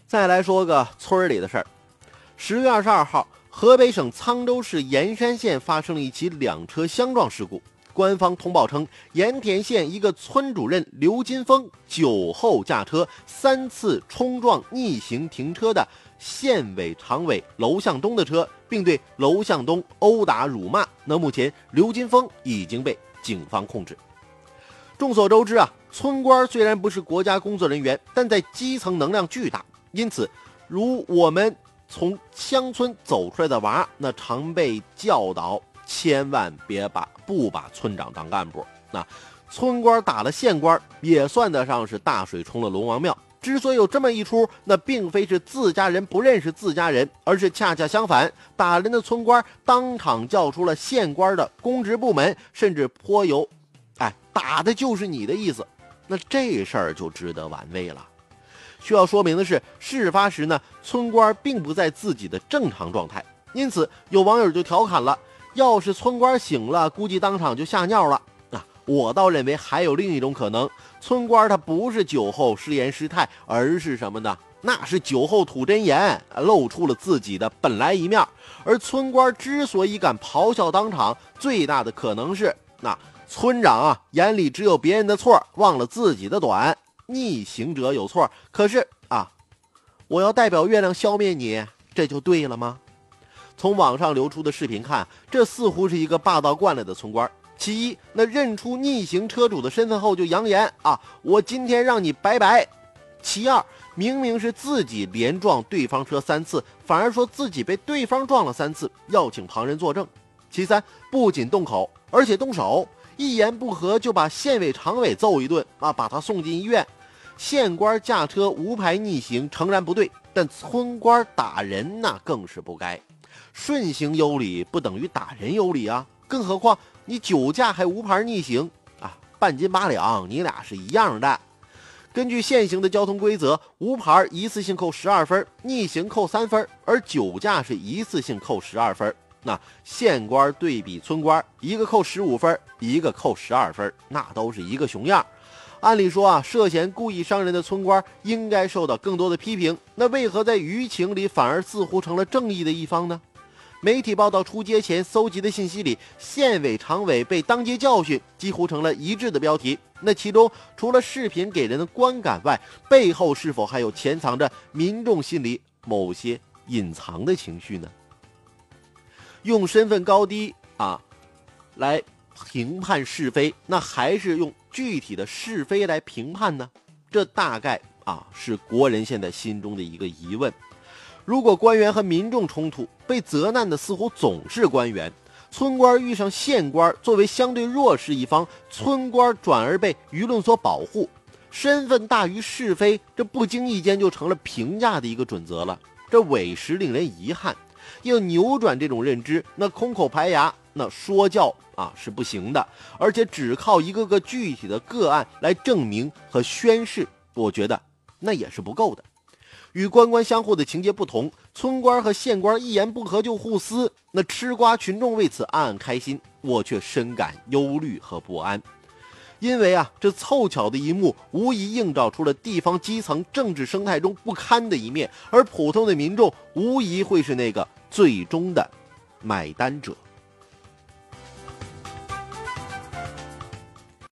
再来说个村里的事儿。10月22号，河北省沧州市盐山县发生了一起2车相撞事故。官方通报称，盐田县一个村主任刘金峰酒后驾车3次冲撞逆行停车的县委常委娄向东的车，并对娄向东殴打辱骂。那目前刘金峰已经被警方控制。众所周知啊，村官虽然不是国家工作人员，但在基层能量巨大，因此如我们从乡村走出来的娃，那常被教导千万不把村长当干部。那村官打了县官，也算得上是大水冲了龙王庙。之所以有这么一出，那并非是自家人不认识自家人，而是恰恰相反，打人的村官当场叫出了县官的公职部门，甚至颇有打的就是你的意思。那这事儿就值得玩味了。需要说明的是，事发时呢，村官并不在自己的正常状态，因此有网友就调侃了，要是村官醒了，估计当场就吓尿了。我倒认为还有另一种可能，村官他不是酒后失言失态，而是什么呢？那是酒后吐真言，露出了自己的本来一面。而村官之所以敢咆哮当场，最大的可能是村长眼里只有别人的错，忘了自己的短。逆行者有错，可是我要代表月亮消灭你，这就对了吗？从网上流出的视频看，这似乎是一个霸道惯了的村官。其一，那认出逆行车主的身份后就扬言我今天让你拜拜。其二，明明是自己连撞对方车3次，反而说自己被对方撞了3次，要请旁人作证。其三，不仅动口，而且动手，一言不合就把县委常委揍一顿把他送进医院。县官驾车无牌逆行诚然不对，但村官打人更是不该。顺行有理不等于打人有理啊，更何况你酒驾还无牌逆行半斤八两，你俩是一样的。根据现行的交通规则，无牌一次性扣12分，逆行扣3分，而酒驾是一次性扣12分。那县官对比村官，一个扣15分，一个扣12分，那都是一个熊样。按理说涉嫌故意伤人的村官应该受到更多的批评，那为何在舆情里反而似乎成了正义的一方呢？媒体报道出街前搜集的信息里，县委常委被当街教训几乎成了一致的标题。那其中除了视频给人的观感外，背后是否还有潜藏着民众心里某些隐藏的情绪呢？用身份高低来评判是非，那还是用具体的是非来评判呢？这大概是国人现在心中的一个疑问。如果官员和民众冲突，被责难的似乎总是官员，村官遇上县官，作为相对弱势一方，村官转而被舆论所保护，身份大于是非，这不经意间就成了评价的一个准则了。这委实令人遗憾。要扭转这种认知，那空口排牙，那说教是不行的，而且只靠一个个具体的个案来证明和宣示，我觉得那也是不够的。与官官相护的情节不同，村官和县官一言不合就互撕，那吃瓜群众为此暗暗开心，我却深感忧虑和不安。因为这凑巧的一幕无疑映照出了地方基层政治生态中不堪的一面，而普通的民众无疑会是那个最终的买单者。